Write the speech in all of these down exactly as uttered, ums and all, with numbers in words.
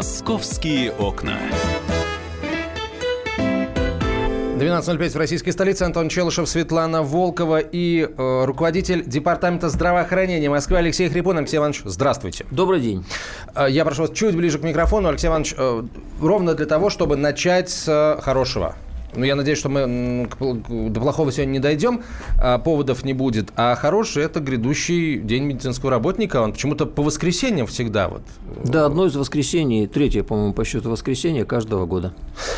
«Московские окна». двенадцать ноль пять в российской столице. Антон Челышев, Светлана Волкова и э, руководитель Департамента здравоохранения Москвы Алексей Хрипун. Алексей Иванович, здравствуйте. Добрый день. Э, я прошу вас чуть ближе к микрофону, Алексей Иванович, э, ровно для того, чтобы начать с э, хорошего. Ну, я надеюсь, что мы до плохого сегодня не дойдем, а поводов не будет. А хороший – это грядущий День медицинского работника. Он почему-то по воскресеньям всегда. Вот. Да, одно из воскресений, третье, по-моему, по счету воскресенья каждого года.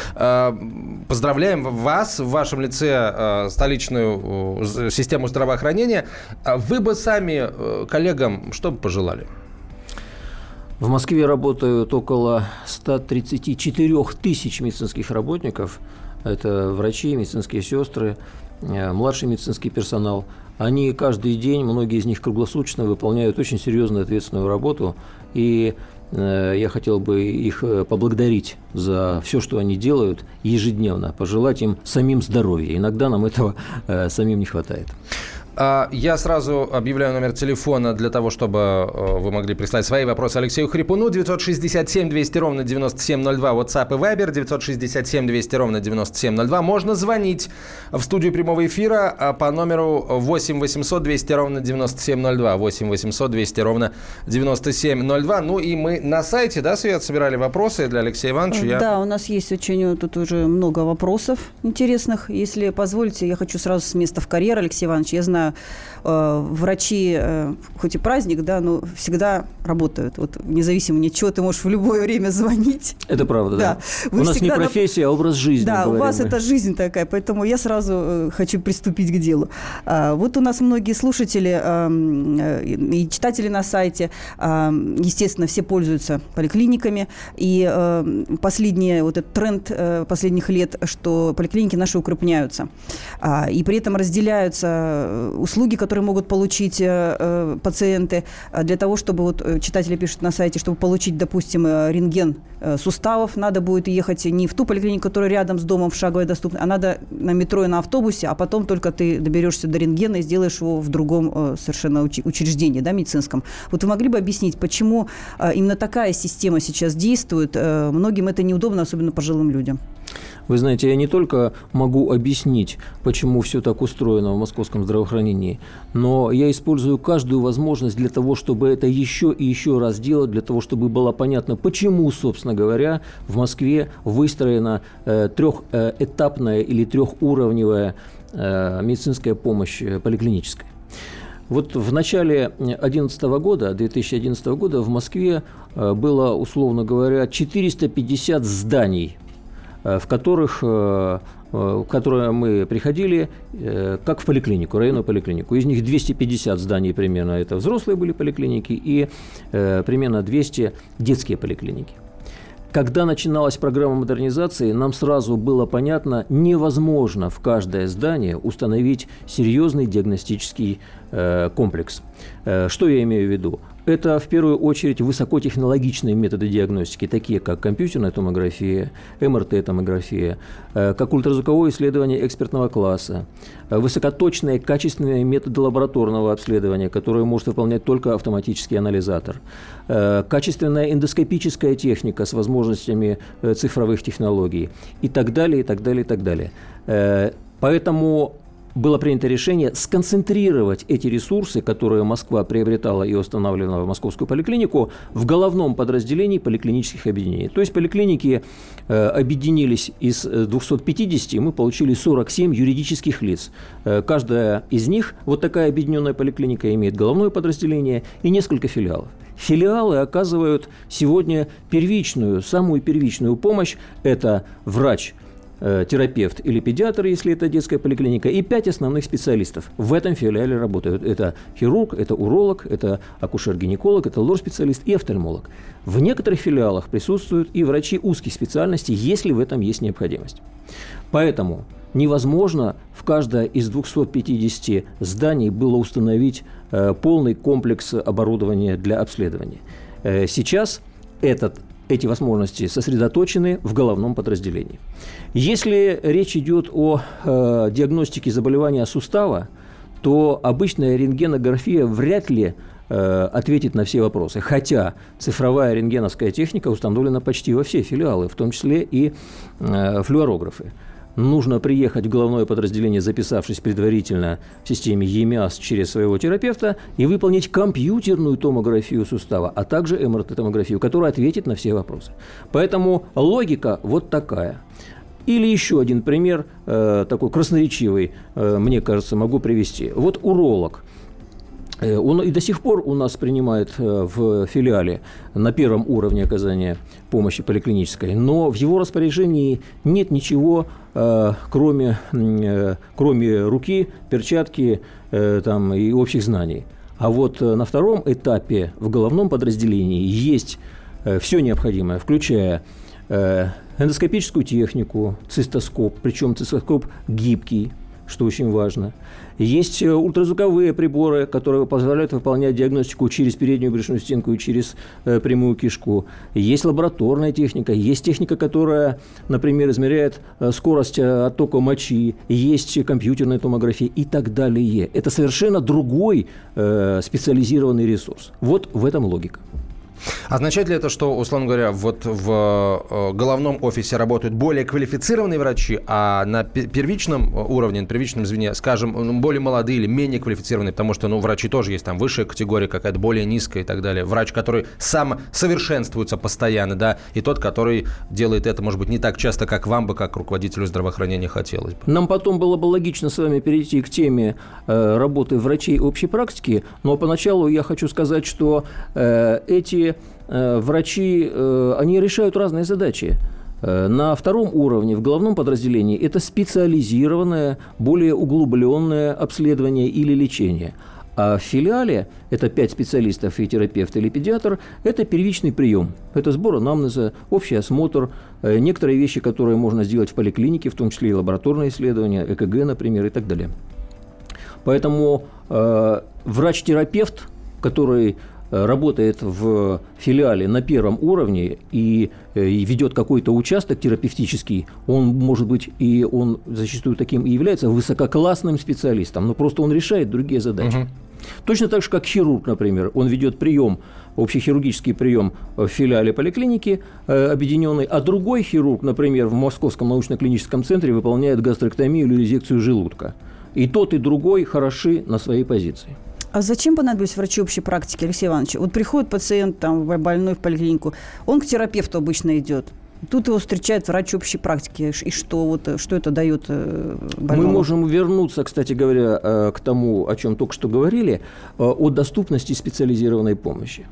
Поздравляем вас, в вашем лице, столичную систему здравоохранения. Вы бы сами коллегам что бы пожелали? В Москве работают около сто тридцать четыре тысяч медицинских работников. Это врачи, медицинские сестры, младший медицинский персонал. Они каждый день, многие из них круглосуточно, выполняют очень серьезную ответственную работу. И я хотел бы их поблагодарить за все, что они делают ежедневно, пожелать им самим здоровья. Иногда нам этого самим не хватает. Я сразу объявляю номер телефона для того, чтобы вы могли прислать свои вопросы Алексею Хрипуну. девять шесть семь двести ровно девяносто семь ноль два. WhatsApp и Viber девять шесть семь двести ровно девяносто семь ноль два. Можно звонить в студию прямого эфира по номеру восемь восемьсот двести ровно девяносто семь ноль два. восемь восемьсот двести ровно девяносто семь ноль два. Ну и мы на сайте, да, Свет, собирали вопросы для Алексея Ивановича. Я... Да, у нас есть очень тут уже много вопросов интересных. Если позволите, я хочу сразу с места в карьер, Алексей Иванович. Я знаю, врачи, хоть и праздник, да, но всегда работают. Вот, независимо ни от чего, ты можешь в любое время звонить. Это правда, да. да. У нас не профессия, а образ жизни. Да, у вас мы. Это жизнь такая, поэтому я сразу хочу приступить к делу. Вот у нас многие слушатели и читатели на сайте, естественно, все пользуются поликлиниками. И последний вот этот тренд последних лет, что поликлиники наши укрупняются. И при этом разделяются услуги, которые могут получить э, пациенты для того, чтобы, вот читатели пишут на сайте, чтобы получить, допустим, рентген э, суставов, надо будет ехать не в ту поликлинику, которая рядом с домом в шаговой доступности, а надо на метро и на автобусе, а потом только ты доберешься до рентгена и сделаешь его в другом э, совершенно уч- учреждении, да, медицинском. Вот вы могли бы объяснить, почему э, именно такая система сейчас действует? Э, многим это неудобно, особенно пожилым людям. Вы знаете, я не только могу объяснить, почему все так устроено в московском здравоохранении, но я использую каждую возможность для того, чтобы это еще и еще раз делать, для того, чтобы было понятно, почему, собственно говоря, в Москве выстроена э, трехэтапная или трехуровневая э, медицинская помощь поликлиническая. Вот в начале две тысячи одиннадцатого года, две тысячи одиннадцатого года в Москве было, условно говоря, четыреста пятьдесят зданий, в которых, в которые мы приходили, как в поликлинику, районную поликлинику. Из них двести пятьдесят зданий примерно это взрослые были поликлиники и примерно двести детские поликлиники. Когда начиналась программа модернизации, нам сразу было понятно, невозможно в каждое здание установить серьезный диагностический э, комплекс. Э, что я имею в виду? Это, в первую очередь, высокотехнологичные методы диагностики, такие как компьютерная томография, эм эр тэ-томография, э, как ультразвуковое исследование экспертного класса, э, высокоточные, качественные методы лабораторного обследования, которые может выполнять только автоматический анализатор, э, качественная эндоскопическая техника с возможностями э, цифровых технологий и так далее, и так далее, и так далее. Э, поэтому было принято решение сконцентрировать эти ресурсы, которые Москва приобретала и устанавливала в московскую поликлинику, в головном подразделении поликлинических объединений. То есть поликлиники э, объединились из двухсот пятидесяти, мы получили сорок семь юридических лиц. Э, каждая из них, вот такая объединенная поликлиника, имеет головное подразделение и несколько филиалов. Филиалы оказывают сегодня первичную, самую первичную помощь. Это врач, терапевт или педиатр, если это детская поликлиника, и пять основных специалистов в этом филиале работают. Это хирург, это уролог, это акушер-гинеколог, это лор-специалист и офтальмолог. В некоторых филиалах присутствуют и врачи узких специальностей, если в этом есть необходимость. Поэтому невозможно в каждое из двухсот пятидесяти зданий было установить э, полный комплекс оборудования для обследования. Э, сейчас этот Эти возможности сосредоточены в головном подразделении. Если речь идет о э, диагностике заболевания сустава, то обычная рентгенография вряд ли э, ответит на все вопросы. Хотя цифровая рентгеновская техника установлена почти во все филиалы, в том числе и э, флюорографы. Нужно приехать в головное подразделение, записавшись предварительно в системе ЕМИАС через своего терапевта, и выполнить компьютерную томографию сустава, а также эм эр тэ-томографию, которая ответит на все вопросы. Поэтому логика вот такая. Или еще один пример, э, такой красноречивый, э, мне кажется, могу привести. Вот уролог. Он и до сих пор у нас принимает в филиале на первом уровне оказания помощи поликлинической, но в его распоряжении нет ничего, кроме, кроме руки, перчатки там, и общих знаний. А вот на втором этапе в головном подразделении есть все необходимое, включая эндоскопическую технику, цистоскоп, причем цистоскоп гибкий, что очень важно. Есть ультразвуковые приборы, которые позволяют выполнять диагностику через переднюю брюшную стенку и через э, прямую кишку. Есть лабораторная техника, есть техника, которая, например, измеряет э, скорость э, оттока мочи, есть компьютерная томография и так далее. Это совершенно другой э, специализированный ресурс. Вот в этом логика. Означает ли это, что, условно говоря, вот в головном офисе работают более квалифицированные врачи, а на первичном уровне, на первичном звене, скажем, более молодые или менее квалифицированные, потому что, ну, врачи тоже есть там высшая категория, какая-то более низкая и так далее. Врач, который сам совершенствуется постоянно, да, и тот, который делает это, может быть, не так часто, как вам бы, как руководителю здравоохранения хотелось бы. Нам потом было бы логично с вами перейти к теме э, работы врачей общей практики, но поначалу я хочу сказать, что э, эти врачи, они решают разные задачи. На втором уровне, в головном подразделении, это специализированное, более углубленное обследование или лечение. А в филиале, это пять специалистов и терапевт или педиатр, это первичный прием. Это сбор анамнеза, общий осмотр, некоторые вещи, которые можно сделать в поликлинике, в том числе и лабораторные исследования, э ка гэ, например, и так далее. Поэтому э, врач-терапевт, который работает в филиале на первом уровне и, и ведет какой-то участок терапевтический, он, может быть, и он зачастую таким и является высококлассным специалистом, но просто он решает другие задачи. Угу. Точно так же, как хирург, например, он ведет прием, общехирургический прием в филиале поликлиники э, объединенной, а другой хирург, например, в Московском научно-клиническом центре выполняет гастроэктомию или резекцию желудка. И тот, и другой хороши на своей позиции. А зачем понадобились врачи общей практики, Алексей Иванович? Вот приходит пациент там, больной в поликлинику, он к терапевту обычно идет. Тут его встречает врач общей практики. И что, вот, что это дает больному? Мы можем вернуться, кстати говоря, к тому, о чем только что говорили, о доступности специализированной помощи.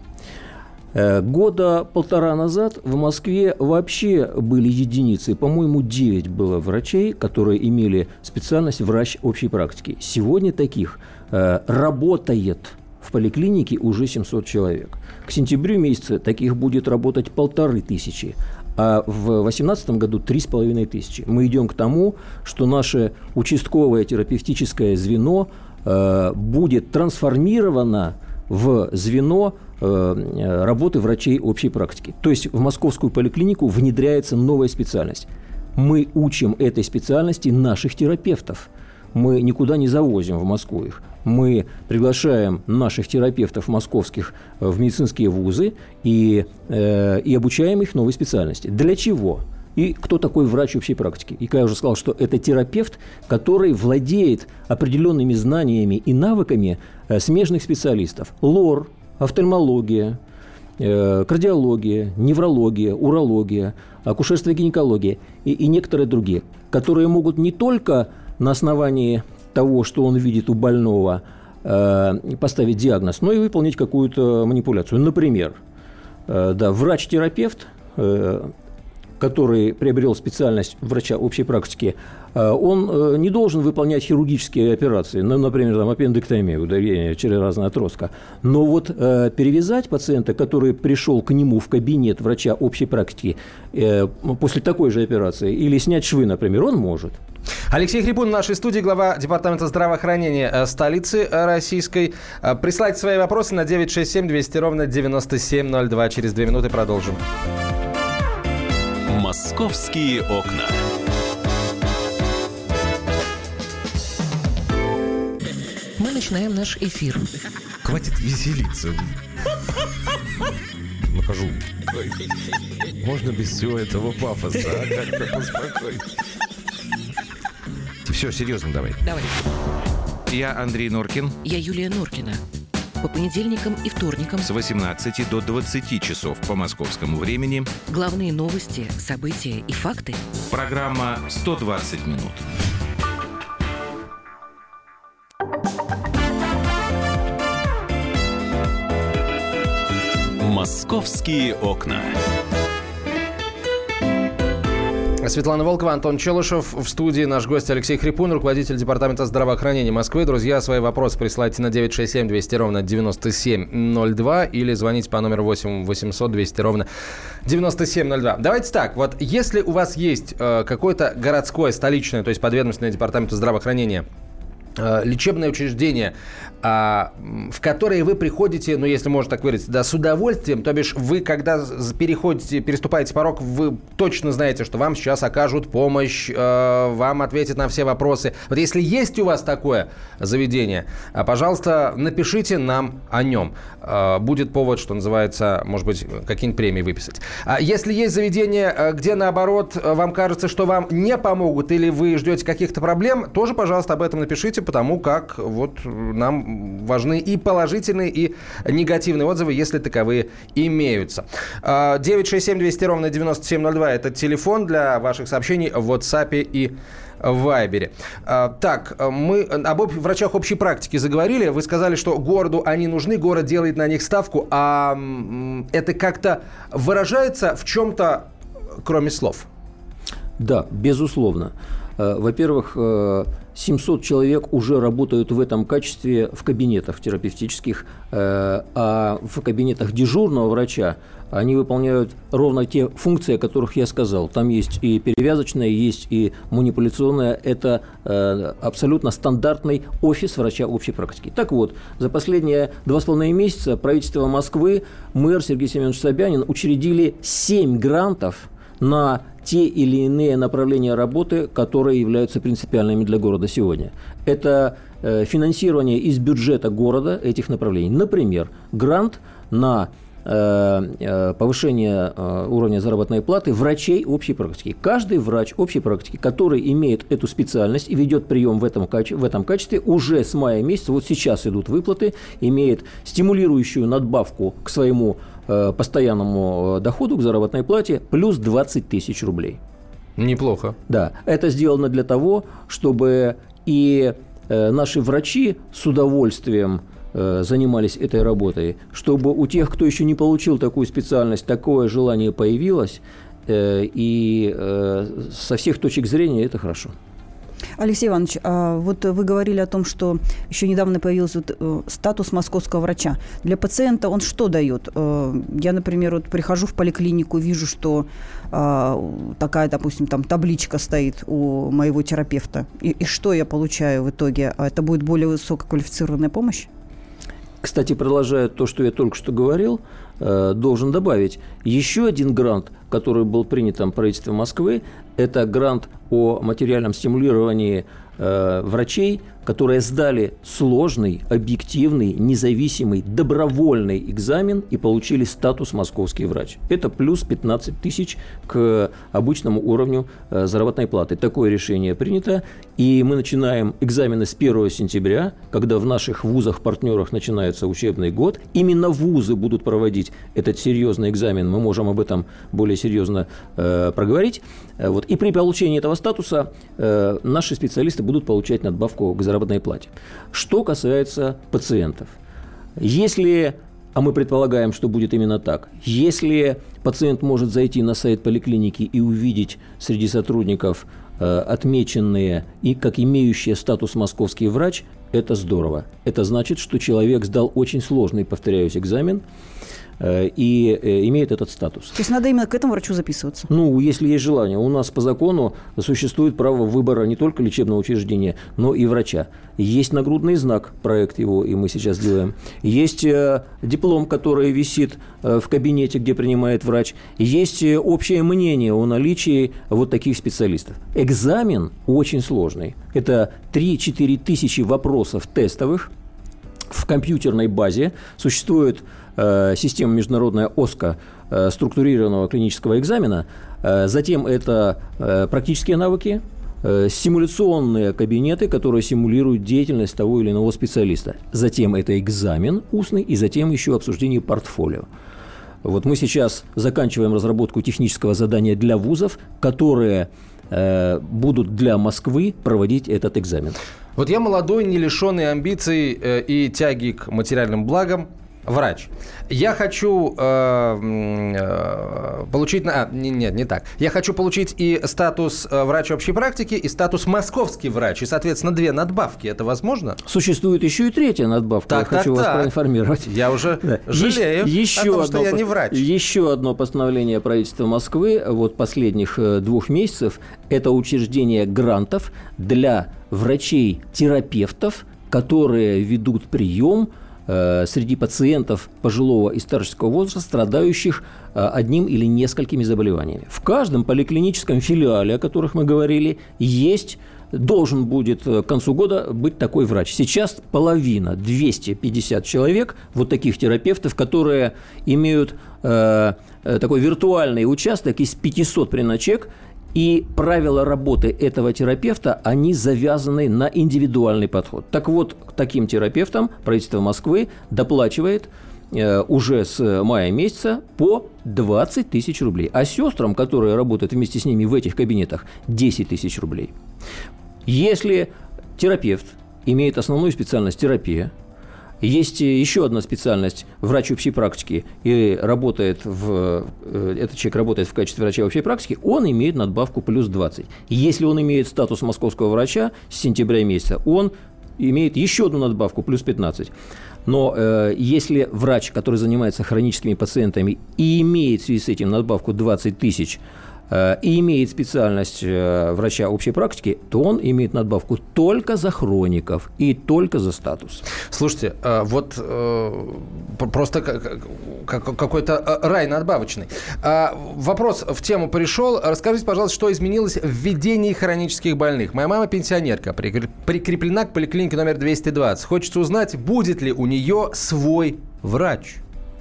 Года полтора назад в Москве вообще были единицы, по-моему, девять было врачей, которые имели специальность врач общей практики. Сегодня таких э, работает в поликлинике уже семьсот человек. К сентябрю месяца таких будет работать полторы тысячи, а в две тысячи восемнадцатом году три с половиной тысячи. Мы идем к тому, что наше участковое терапевтическое звено э, будет трансформировано в звено э, работы врачей общей практики. То есть в московскую поликлинику внедряется новая специальность. Мы учим этой специальности наших терапевтов. Мы никуда не завозим в Москву их. Мы приглашаем наших терапевтов московских в медицинские вузы и, э, и обучаем их новой специальности. Для чего? И кто такой врач общей практики? И я уже сказал, что это терапевт, который владеет определенными знаниями и навыками э, смежных специалистов. Лор, офтальмология, э, кардиология, неврология, урология, акушерство и гинекология и, и некоторые другие, которые могут не только на основании того, что он видит у больного, э, поставить диагноз, но и выполнить какую-то манипуляцию. Например, э, да, врач-терапевт, э, который приобрел специальность врача общей практики, он не должен выполнять хирургические операции, ну, например, там, аппендэктомию, удаление черезарного отростка. Но вот э, перевязать пациента, который пришел к нему в кабинет врача общей практики э, после такой же операции, или снять швы, например, он может. Алексей Хрипун в нашей студии, глава Департамента здравоохранения столицы российской. Присылайте свои вопросы на девять шесть семь двести ровно девяносто семь ноль два. Через две минуты продолжим. «Московские окна». Мы начинаем наш эфир. Хватит веселиться. Накажу. Можно без всего этого пафоса, а как-то поспокойнее. Все, серьезно давай. Давай. Я Андрей Норкин. Я Юлия Норкина. По понедельникам и вторникам С восемнадцати до двадцати часов по московскому времени. главные новости, события и факты. Программа «сто двадцать минут». «Московские окна». Светлана Волкова, Антон Челышев. В студии наш гость Алексей Хрипун, руководитель Департамента здравоохранения Москвы. Друзья, свои вопросы присылайте на девять шесть семь двести ровно девяносто семь ноль два или звоните по номеру восемь восемьсот двести ровно девяносто семь ноль два. Давайте так, вот если у вас есть э, какое-то городское, столичное, то есть подведомственное Департаменту здравоохранения, э, лечебное учреждение, в которые вы приходите, ну, если можно так выразиться, да, с удовольствием, то бишь вы, когда переходите, переступаете порог, вы точно знаете, что вам сейчас окажут помощь, вам ответят на все вопросы. Вот если есть у вас такое заведение, пожалуйста, напишите нам о нем. Будет повод, что называется, может быть, какие-нибудь премии выписать. А если есть заведение, где, наоборот, вам кажется, что вам не помогут или вы ждете каких-то проблем, тоже, пожалуйста, об этом напишите, потому как вот нам важны и положительные, и негативные отзывы, если таковые имеются. девять шесть семь двести ровно девяносто семь ноль два – это телефон для ваших сообщений в WhatsApp и в Вайбере. Так, мы об врачах общей практики заговорили. Вы сказали, что городу они нужны, город делает на них ставку. А это как-то выражается в чем-то, кроме слов? Да, безусловно. Во-первых, семьсот человек уже работают в этом качестве в кабинетах терапевтических, а в кабинетах дежурного врача они выполняют ровно те функции, о которых я сказал. Там есть и перевязочная, есть и манипуляционная. Это абсолютно стандартный офис врача общей практики. Так вот, за последние два с половиной месяца правительство Москвы, мэр Сергей Семенович Собянин учредили семь грантов на те или иные направления работы, которые являются принципиальными для города сегодня. Это э, финансирование из бюджета города этих направлений. Например, грант на э, э, повышение э, уровня заработной платы врачей общей практики. Каждый врач общей практики, который имеет эту специальность и ведет прием в этом, в этом качестве, уже с мая месяца, вот сейчас идут выплаты, имеет стимулирующую надбавку к своему постоянному доходу, к заработной плате, плюс двадцать тысяч рублей. Неплохо. Да, это сделано для того, чтобы и наши врачи с удовольствием занимались этой работой, чтобы у тех, кто еще не получил такую специальность, такое желание появилось, и со всех точек зрения это хорошо. Алексей Иванович, вот вы говорили о том, что еще недавно появился вот статус московского врача. Для пациента он что дает? Я, например, вот прихожу в поликлинику, вижу, что такая, допустим, там табличка стоит у моего терапевта. И, и что я получаю в итоге? Это будет более высококвалифицированная помощь? Кстати, продолжая то, что я только что говорил, должен добавить еще один грант, который был принят там правительством Москвы, это грант о материальном стимулировании э, врачей, которые сдали сложный, объективный, независимый, добровольный экзамен и получили статус московский врач. Это плюс пятнадцать тысяч к обычному уровню э, заработной платы. Такое решение принято, и мы начинаем экзамены с первого сентября, когда в наших вузах-партнерах начинается учебный год. Именно вузы будут проводить этот серьезный экзамен, мы можем об этом более серьезно э, проговорить. Вот. И при получении этого статуса э, наши специалисты будут получать надбавку к заработной плате. Что касается пациентов. Если, а мы предполагаем, что будет именно так, если пациент может зайти на сайт поликлиники и увидеть среди сотрудников э, отмеченные и как имеющие статус московский врач, это здорово. Это значит, что человек сдал очень сложный, повторяюсь, экзамен и имеет этот статус. То есть надо именно к этому врачу записываться? Ну, если есть желание. У нас по закону существует право выбора не только лечебного учреждения, но и врача. Есть нагрудный знак, проект его, и мы сейчас делаем. Есть э, диплом, который висит э, в кабинете, где принимает врач. Есть э, общее мнение о наличии вот таких специалистов. Экзамен очень сложный. Это три-четыре тысячи вопросов тестовых, в компьютерной базе существует э, система международная ОСКО э, структурированного клинического экзамена. Э, затем это э, практические навыки, э, симуляционные кабинеты, которые симулируют деятельность того или иного специалиста. Затем это экзамен устный, и затем еще обсуждение портфолио. Вот мы сейчас заканчиваем разработку технического задания для вузов, которые э, будут для Москвы проводить этот экзамен. Вот я молодой, не лишенный амбиций э, и тяги к материальным благам врач. Я хочу э, э, получить... А, не, нет, не так. Я хочу получить и статус э, врач общей практики, и статус московский врач, и, соответственно, две надбавки. Это возможно? Существует еще и третья надбавка. Так, я так, хочу так. вас проинформировать. Я уже да. жалею еще о том, одно, что я не врач. Еще одно постановление правительства Москвы вот последних двух месяцев – это учреждение грантов для врачей-терапевтов, которые ведут прием среди пациентов пожилого и старческого возраста, страдающих одним или несколькими заболеваниями. В каждом поликлиническом филиале, о которых мы говорили, есть, должен будет к концу года быть такой врач. Сейчас половина, двести пятьдесят человек, вот таких терапевтов, которые имеют э, такой виртуальный участок из пятисот приначек, и правила работы этого терапевта, они завязаны на индивидуальный подход. Так вот, таким терапевтам правительство Москвы доплачивает э, уже с мая месяца по двадцать тысяч рублей. А сестрам, которые работают вместе с ними в этих кабинетах, десять тысяч рублей. Если терапевт имеет основную специальность терапия, есть еще одна специальность – врач общей практики, и работает в, этот человек работает в качестве врача общей практики, он имеет надбавку плюс двадцать. Если он имеет статус московского врача с сентября месяца, он имеет еще одну надбавку плюс пятнадцать. Но э, если врач, который занимается хроническими пациентами и имеет в связи с этим надбавку двадцать тысяч, и имеет специальность врача общей практики, то он имеет надбавку только за хроников и только за статус. Слушайте, вот просто какой-то рай надбавочный. Вопрос в тему пришел. Расскажите, пожалуйста, что изменилось в ведении хронических больных. Моя мама пенсионерка, прикреплена к поликлинике номер двести двадцать. Хочется узнать, будет ли у нее свой врач.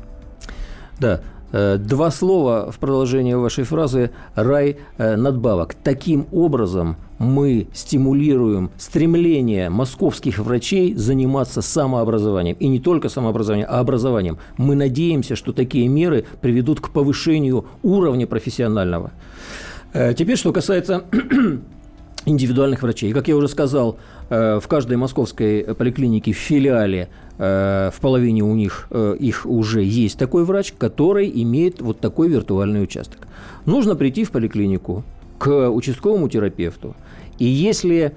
Да. Два слова в продолжение вашей фразы «рай надбавок». Таким образом мы стимулируем стремление московских врачей заниматься самообразованием. И не только самообразованием, а образованием. Мы надеемся, что такие меры приведут к повышению уровня профессионального. Теперь, что касается индивидуальных врачей. Как я уже сказал, в каждой московской поликлинике в филиале в половине у них их уже есть такой врач, который имеет вот такой виртуальный участок. Нужно прийти в поликлинику к участковому терапевту, и если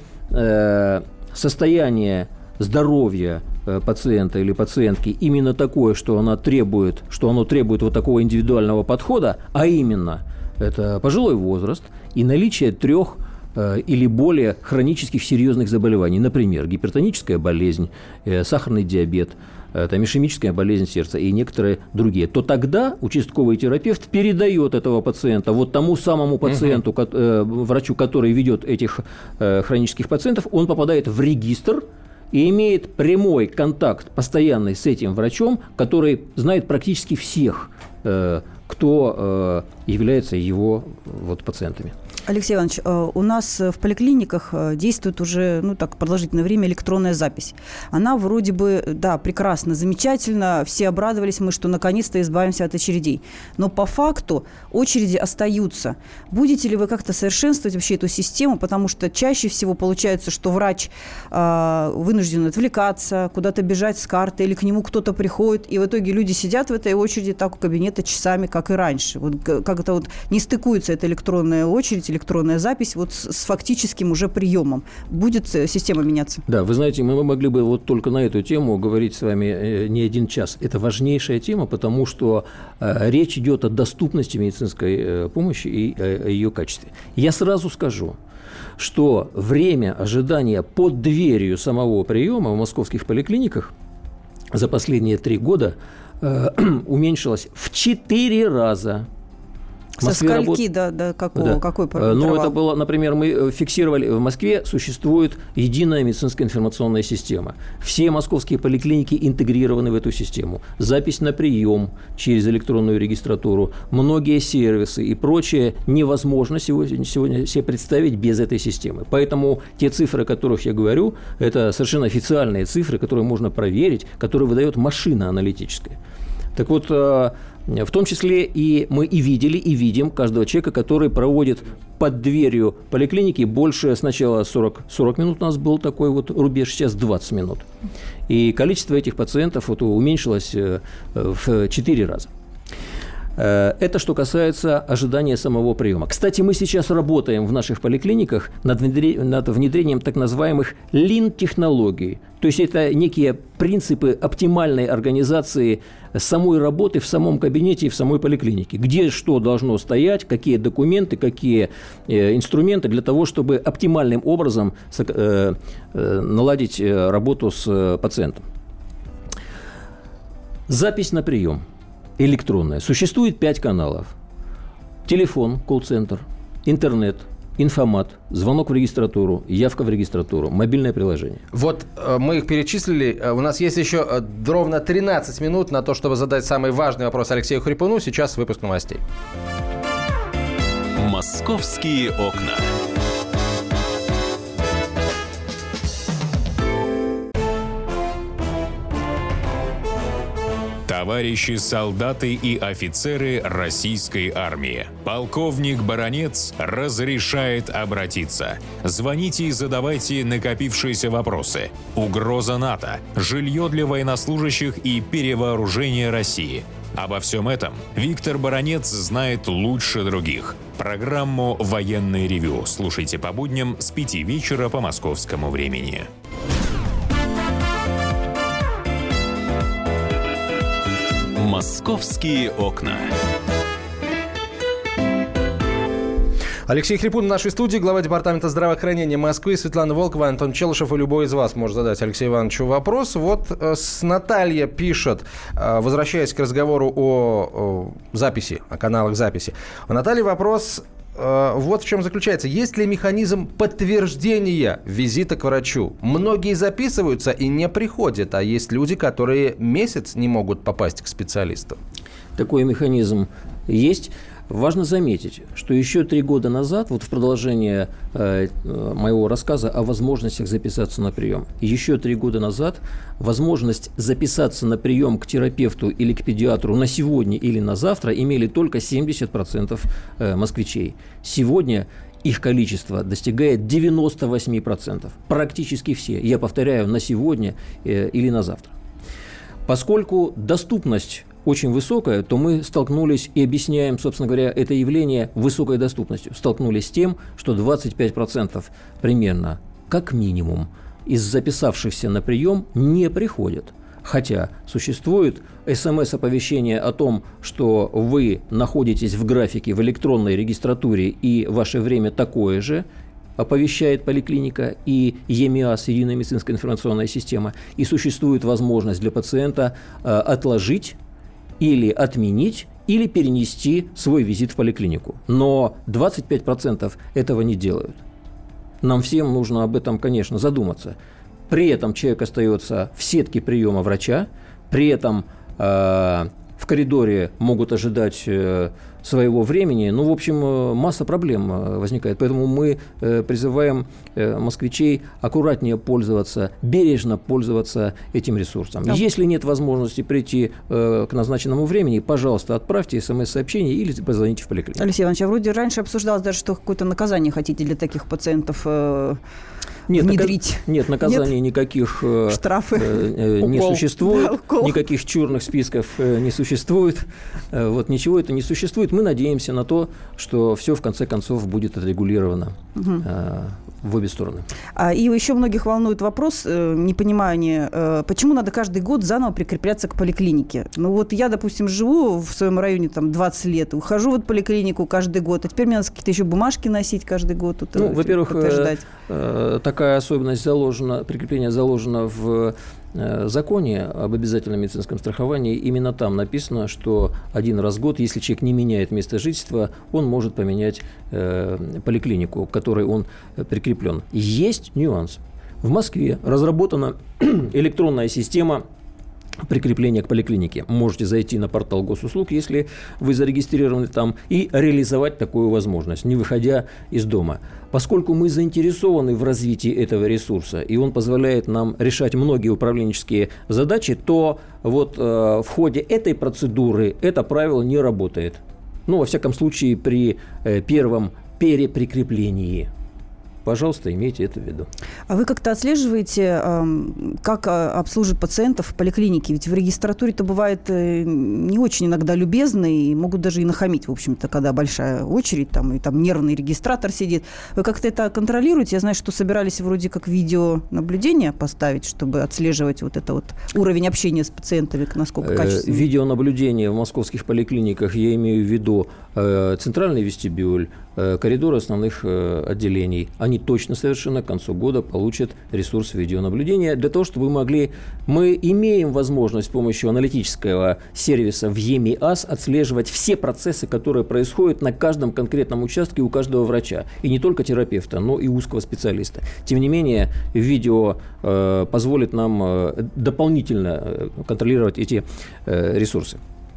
состояние здоровья пациента или пациентки именно такое, что оно требует, что оно требует вот такого индивидуального подхода, а именно это пожилой возраст и наличие трех или более хронических серьезных заболеваний, например, гипертоническая болезнь, сахарный диабет, там, ишемическая болезнь сердца и некоторые другие, то тогда участковый терапевт передает этого пациента вот тому самому пациенту, угу. ко- врачу, который ведет этих хронических пациентов, он попадает в регистр и имеет прямой контакт постоянный с этим врачом, который знает практически всех, кто является его вот, пациентами. Алексей Иванович, у нас в поликлиниках действует уже ну, так, продолжительное время электронная запись. Она вроде бы, да, прекрасно, замечательно, все обрадовались мы, что наконец-то избавимся от очередей. Но по факту очереди остаются. Будете ли вы как-то совершенствовать вообще эту систему? Потому что чаще всего получается, что врач э, вынужден отвлекаться, куда-то бежать с карты, или к нему кто-то приходит, и в итоге люди сидят в этой очереди так у кабинета часами, как и раньше. Вот как-то вот не стыкуется эта электронная очередь, электронная запись вот с, с фактическим уже приемом. Будет система меняться? Да, вы знаете, мы могли бы вот только на эту тему говорить с вами не один час. Это важнейшая тема, потому что э, речь идет о доступности медицинской э, помощи и о, о ее качестве. Я сразу скажу, что время ожидания под дверью самого приема в московских поликлиниках за последние три года э, уменьшилось в четыре раза. В Москве Со скольки, работ... до, до какого, да. какой интервал? Ну, это было, например, мы фиксировали, в Москве существует единая медицинская информационная система. Все московские поликлиники интегрированы в эту систему. Запись на прием через электронную регистратуру, многие сервисы и прочее невозможно сегодня, сегодня себе представить без этой системы. Поэтому те цифры, о которых я говорю, это совершенно официальные цифры, которые можно проверить, которые выдает машина аналитическая. Так вот, в том числе и мы и видели, и видим каждого человека, который проводит под дверью поликлиники больше, сначала сорок, сорок минут у нас был такой вот рубеж, сейчас двадцать минут. И количество этих пациентов вот уменьшилось в четыре раза. Это что касается ожидания самого приема. Кстати, мы сейчас работаем в наших поликлиниках над внедрением так называемых лин-технологий. То есть это некие принципы оптимальной организации самой работы в самом кабинете и в самой поликлинике. Где что должно стоять, какие документы, какие инструменты для того, чтобы оптимальным образом наладить работу с пациентом. Запись на прием. Электронная. Существует пять каналов. Телефон, колл-центр, интернет, инфомат, звонок в регистратуру, явка в регистратуру, мобильное приложение. Вот э, мы их перечислили. У нас есть еще э, ровно тринадцать минут на то, чтобы задать самый важный вопрос Алексею Хрипуну. Сейчас выпуск новостей. «Московские окна». Товарищи солдаты и офицеры российской армии. Полковник Баранец разрешает обратиться. Звоните и задавайте накопившиеся вопросы. Угроза НАТО, жилье для военнослужащих и перевооружение России. Обо всем этом Виктор Баранец знает лучше других. Программу «Военное ревю» слушайте по будням с пяти вечера по московскому времени. «Московские окна». Алексей Хрипун в нашей студии, глава департамента здравоохранения Москвы, Светлана Волкова, Антон Челышев, и любой из вас может задать Алексею Ивановичу вопрос. Вот э, с Наталья пишет, э, возвращаясь к разговору о, о записи, о каналах записи. У Натальи вопрос э, вот в чем заключается. Есть ли механизм подтверждения визита к врачу? Многие записываются и не приходят, а есть люди, которые месяц не могут попасть к специалисту. Такой механизм есть. Важно заметить, что еще три года назад, вот в продолжение э, моего рассказа о возможностях записаться на прием, еще три года назад возможность записаться на прием к терапевту или к педиатру на сегодня или на завтра имели только семьдесят процентов э, москвичей. Сегодня их количество достигает девяносто восемь процентов. Практически все, я повторяю, на сегодня э, или на завтра. Поскольку доступность очень высокая, то мы столкнулись и объясняем, собственно говоря, это явление высокой доступностью. Столкнулись с тем, что двадцать пять процентов примерно, как минимум, из записавшихся на прием не приходят. Хотя существует эс эм эс-оповещение о том, что вы находитесь в графике в электронной регистратуре и ваше время такое же, оповещает поликлиника и ЕМИАС, Единая медицинская информационная система, и существует возможность для пациента э, отложить или отменить, или перенести свой визит в поликлинику. Но двадцать пять процентов этого не делают. Нам всем нужно об этом, конечно, задуматься. При этом человек остается в сетке приема врача, при этом э, в коридоре могут ожидать э, своего времени. Ну, в общем, э, масса проблем э, возникает. Поэтому мы э, призываем э, москвичей аккуратнее пользоваться, бережно пользоваться этим ресурсом. Да. Если нет возможности прийти э, к назначенному времени, пожалуйста, отправьте эс эм эс-сообщение или позвоните в поликлинику. Алексей Иванович, а вроде раньше обсуждалось даже, что какое-то наказание хотите для таких пациентов э, Нет, внедрить. Наказ... Нет, наказаний нет? никаких Штрафы. Э, э, не укол. существует, да, укол. Никаких черных списков э, не существует. Э, вот ничего это не существует. Мы надеемся на то, что все в конце концов будет отрегулировано угу. э, в обе стороны. А, и еще многих волнует вопрос, э, непонимание, э, почему надо каждый год заново прикрепляться к поликлинике? Ну вот я, допустим, живу в своем районе там двадцать лет, ухожу в эту поликлинику каждый год, а теперь мне надо какие-то еще бумажки носить каждый год. Ну, во-первых, э, э, такая особенность заложена, прикрепление заложено в законе об обязательном медицинском страховании именно там написано, что один раз в год, если человек не меняет место жительства, он может поменять э, поликлинику, к которой он прикреплен. Есть нюанс. В Москве разработана электронная система прикрепления к поликлинике. Можете зайти на портал госуслуг, если вы зарегистрированы там, и реализовать такую возможность, не выходя из дома. Поскольку мы заинтересованы в развитии этого ресурса, и он позволяет нам решать многие управленческие задачи, то вот э, в ходе этой процедуры это правило не работает. Ну, во всяком случае, при э, первом переприкреплении. Пожалуйста, имейте это в виду. А вы как-то отслеживаете, как обслуживают пациентов в поликлинике? Ведь в регистратуре-то бывает не очень иногда любезно и могут даже и нахамить, в общем-то, когда большая очередь, там, и там нервный регистратор сидит. Вы как-то это контролируете? Я знаю, что собирались вроде как видеонаблюдение поставить, чтобы отслеживать вот это вот уровень общения с пациентами, насколько качественно. Видеонаблюдение в московских поликлиниках, я имею в виду центральный вестибюль, коридоры основных отделений, они точно совершенно к концу года получат ресурс видеонаблюдения для того, чтобы мы могли... Мы имеем возможность с помощью аналитического сервиса в ЕМИАС отслеживать все процессы, которые происходят на каждом конкретном участке у каждого врача. И не только терапевта, но и узкого специалиста. Тем не менее, видео э, позволит нам э, дополнительно контролировать эти э, ресурсы.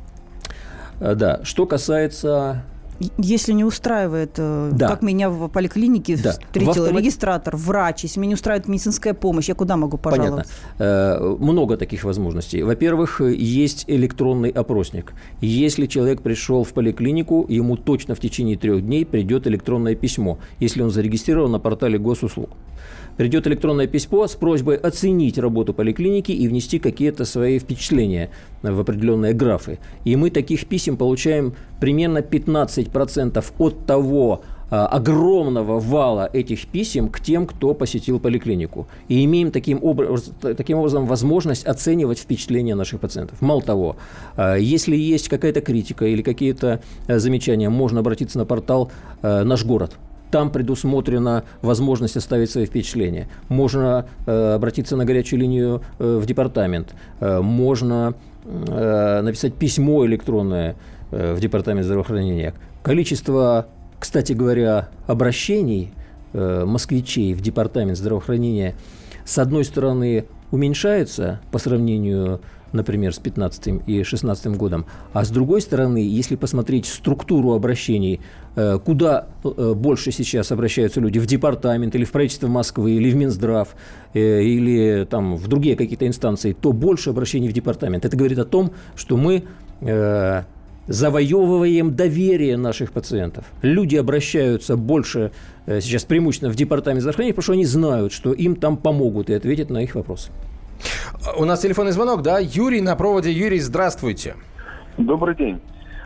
Э, да, что касается... Если не устраивает, да. как меня в поликлинике да. встретил автомат... регистратор, врач, если меня не устраивает медицинская помощь, я куда могу пожаловаться? Понятно. Много таких возможностей. Во-первых, есть электронный опросник. Если человек пришел в поликлинику, ему точно в течение трех дней придет электронное письмо, если он зарегистрирован на портале госуслуг. Придет электронное письмо с просьбой оценить работу поликлиники и внести какие-то свои впечатления в определенные графы. И мы таких писем получаем примерно пятнадцать процентов от того а, огромного вала этих писем к тем, кто посетил поликлинику. И имеем таким, образ, таким образом возможность оценивать впечатления наших пациентов. Мало того, а, если есть какая-то критика или какие-то а, замечания, можно обратиться на портал а, «Наш город». Там предусмотрена возможность оставить свои впечатления. Можно э, обратиться на горячую линию э, в департамент. Э, можно э, написать письмо электронное э, в департамент здравоохранения. Количество, кстати говоря, обращений э, москвичей в департамент здравоохранения с одной стороны уменьшается по сравнению, например, с пятнадцатым и шестнадцатым годом. А с другой стороны, если посмотреть структуру обращений, куда больше сейчас обращаются люди, в департамент или в правительство Москвы, или в Минздрав, или там, в другие какие-то инстанции, то больше обращений в департамент. Это говорит о том, что мы э, завоевываем доверие наших пациентов. Люди обращаются больше э, сейчас преимущественно в департамент здравоохранения, потому что они знают, что им там помогут и ответят на их вопросы. У нас телефонный звонок, да? Юрий на проводе. Юрий, здравствуйте. Добрый день.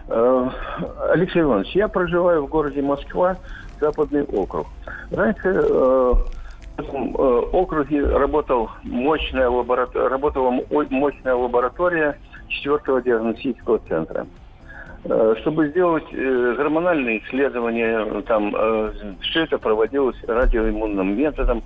Алексей Иванович, я проживаю в городе Москва, Западный округ. Раньше в этом округе работал мощная лаборатория, работала мощная лаборатория четвертого диагностического центра. Чтобы сделать гормональные исследования, там все это проводилось радиоиммунным методом,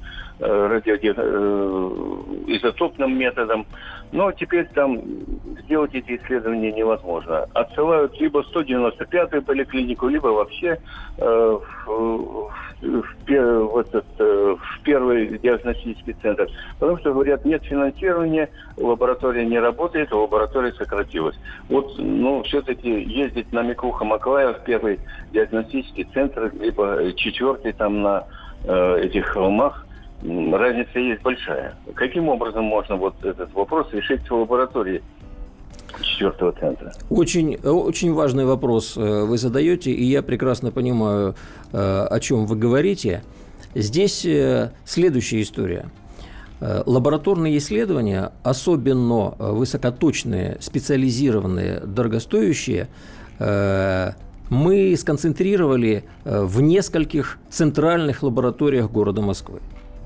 радиоизотопным методом. Но теперь там сделать эти исследования невозможно. Отсылают либо в сто девяносто пятую поликлинику, либо вообще э, в, в, в, этот, э, в первый диагностический центр. Потому что, говорят, нет финансирования, лаборатория не работает, а лаборатория сократилась. Вот, ну, все-таки ездить на Миклуха-Маклая в первый диагностический центр, либо четвертый там на э, этих холмах, разница есть большая. Каким образом можно вот этот вопрос решить в лаборатории четвертого центра? Очень, очень важный вопрос вы задаете, и я прекрасно понимаю, о чем вы говорите. Здесь следующая история. Лабораторные исследования, особенно высокоточные, специализированные, дорогостоящие, мы сконцентрировали в нескольких центральных лабораториях города Москвы.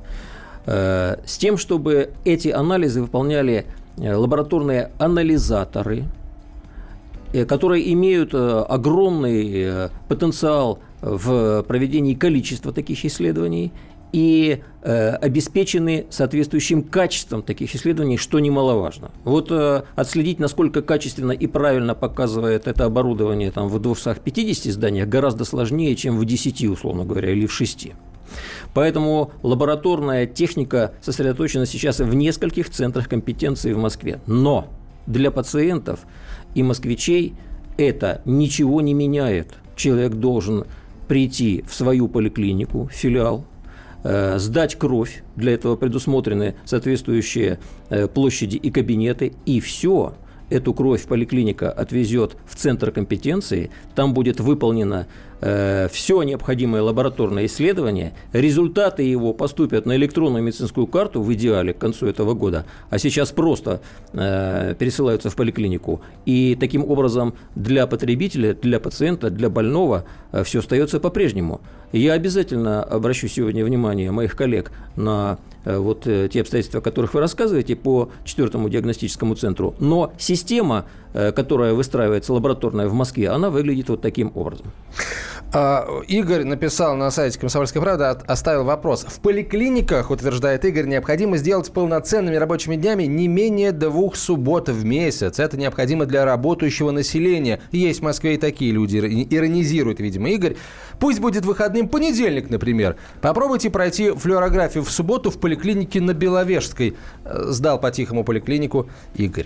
С тем, чтобы эти анализы выполняли лабораторные анализаторы, которые имеют огромный потенциал в проведении количества таких исследований и э, обеспечены соответствующим качеством таких исследований, что немаловажно. Вот э, отследить, насколько качественно и правильно показывает это оборудование там, в двухстах пятидесяти зданиях, гораздо сложнее, чем в десяти, условно говоря, или в шести. Поэтому лабораторная техника сосредоточена сейчас в нескольких центрах компетенции в Москве. Но для пациентов и москвичей это ничего не меняет. Человек должен прийти в свою поликлинику, филиал, э, сдать кровь, для этого предусмотрены соответствующие э, площади и кабинеты, и все. Эту кровь поликлиника отвезет в центр компетенции, там будет выполнено э, все необходимое лабораторное исследование, результаты его поступят на электронную медицинскую карту в идеале к концу этого года, а сейчас просто э, пересылаются в поликлинику, и таким образом для потребителя, для пациента, для больного э, все остается по-прежнему. Я обязательно обращу сегодня внимание моих коллег на э, вот э, те обстоятельства, о которых вы рассказываете по четвертому диагностическому центру, но система, э, которая выстраивается лабораторная в Москве, она выглядит вот таким образом. Игорь написал на сайте «Комсомольской правды», оставил вопрос. В поликлиниках, утверждает Игорь, необходимо сделать полноценными рабочими днями не менее двух суббот в месяц. Это необходимо для работающего населения. Есть в Москве и такие люди, иронизирует, видимо, Игорь. Пусть будет выходным понедельник, например. Попробуйте пройти флюорографию в субботу в поликлинике на Беловежской. Сдал по-тихому поликлинику Игорь.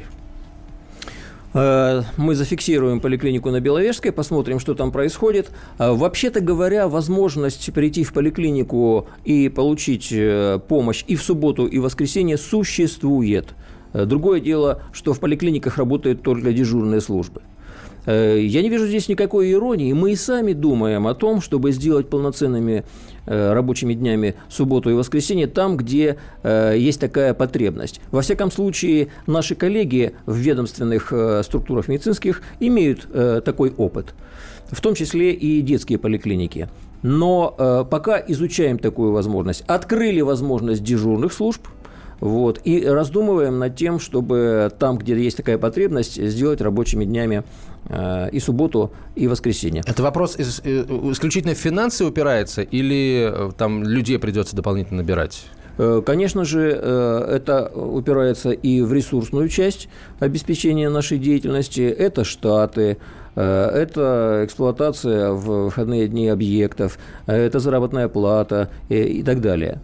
Мы зафиксируем поликлинику на Беловежской, посмотрим, что там происходит. Вообще-то говоря, возможность прийти в поликлинику и получить помощь и в субботу, и в воскресенье существует. Другое дело, что в поликлиниках работают только дежурные службы. Я не вижу здесь никакой иронии. Мы и сами думаем о том, чтобы сделать полноценными рабочими днями субботу и воскресенье там, где есть такая потребность. Во всяком случае, наши коллеги в ведомственных структурах медицинских имеют такой опыт, в том числе и детские поликлиники. Но пока изучаем такую возможность. Открыли возможность дежурных служб. Вот, и раздумываем над тем, чтобы там, где есть такая потребность, сделать рабочими днями э, и субботу, и воскресенье. Это вопрос из, исключительно в финансы упирается или э, там людей придется дополнительно набирать? Конечно же, это упирается и в ресурсную часть обеспечения нашей деятельности. Это штаты, это эксплуатация в выходные дни объектов, это заработная плата и так далее.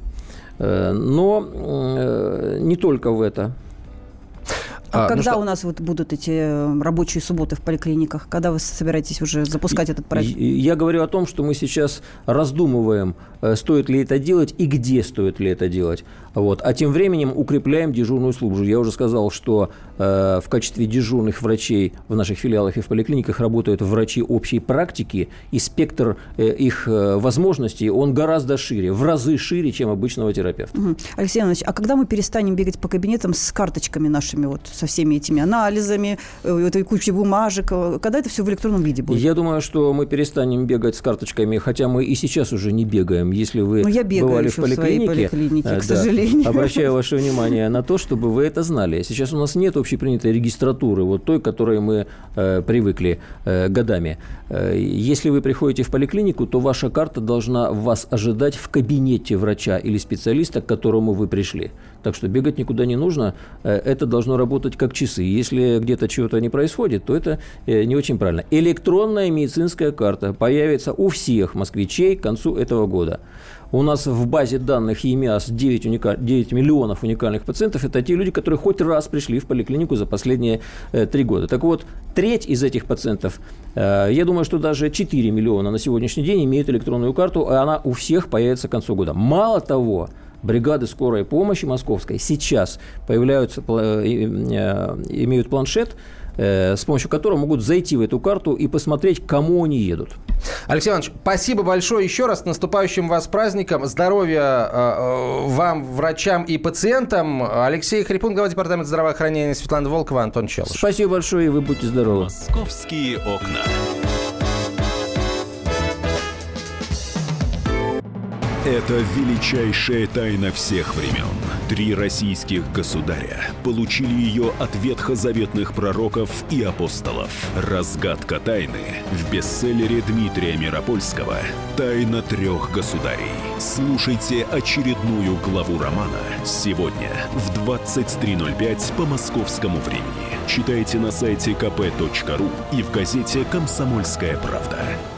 Но не только в это. А, а когда ну у нас вот будут эти рабочие субботы в поликлиниках? Когда вы собираетесь уже запускать этот проект? Я говорю о том, что мы сейчас раздумываем, стоит ли это делать и где стоит ли это делать. Вот. А тем временем укрепляем дежурную службу. Я уже сказал, что э, в качестве дежурных врачей в наших филиалах и в поликлиниках работают врачи общей практики, и спектр э, их э, возможностей, он гораздо шире, в разы шире, чем обычного терапевта. Угу. Алексей Иванович, а когда мы перестанем бегать по кабинетам с карточками нашими, вот, со всеми этими анализами, этой кучей бумажек, когда это все в электронном виде будет? Я думаю, что мы перестанем бегать с карточками, хотя мы и сейчас уже не бегаем. Если вы Но я бегаю бывали еще в поликлинике, в своей поликлинике, да, к сожалению. обращаю ваше внимание на то, чтобы вы это знали. Сейчас у нас нет общепринятой регистратуры, вот той, к которой мы э, привыкли э, годами. Э, если вы приходите в поликлинику, то ваша карта должна вас ожидать в кабинете врача или специалиста, к которому вы пришли. Так что бегать никуда не нужно. Э, это должно работать как часы. Если где-то чего-то не происходит, то это э, не очень правильно. Электронная медицинская карта появится у всех москвичей к концу этого года. У нас в базе данных ЕМИАС девять, уника... девять миллионов уникальных пациентов. Это те люди, которые хоть раз пришли в поликлинику за последние э, три года. Так вот, треть из этих пациентов, э, я думаю, что даже четыре миллиона на сегодняшний день имеют электронную карту, и она у всех появится к концу года. Мало того, бригады скорой помощи московской сейчас появляются, э, э, имеют планшет, с помощью которого могут зайти в эту карту и посмотреть, кому они едут. Алексей Иванович, спасибо большое еще раз. С наступающим вас праздником. Здоровья э, вам, врачам и пациентам. Алексей Хрипун, глава департамента здравоохранения, Светлана Волкова, Антон Челыш. Спасибо большое, и вы будьте здоровы. Московские окна. Это величайшая тайна всех времен. Три российских государя получили ее от ветхозаветных пророков и апостолов. Разгадка тайны в бестселлере Дмитрия Миропольского «Тайна трех государей». Слушайте очередную главу романа сегодня в двадцать три ноль пять по московскому времени. Читайте на сайте ка пэ точка ру и в газете «Комсомольская правда».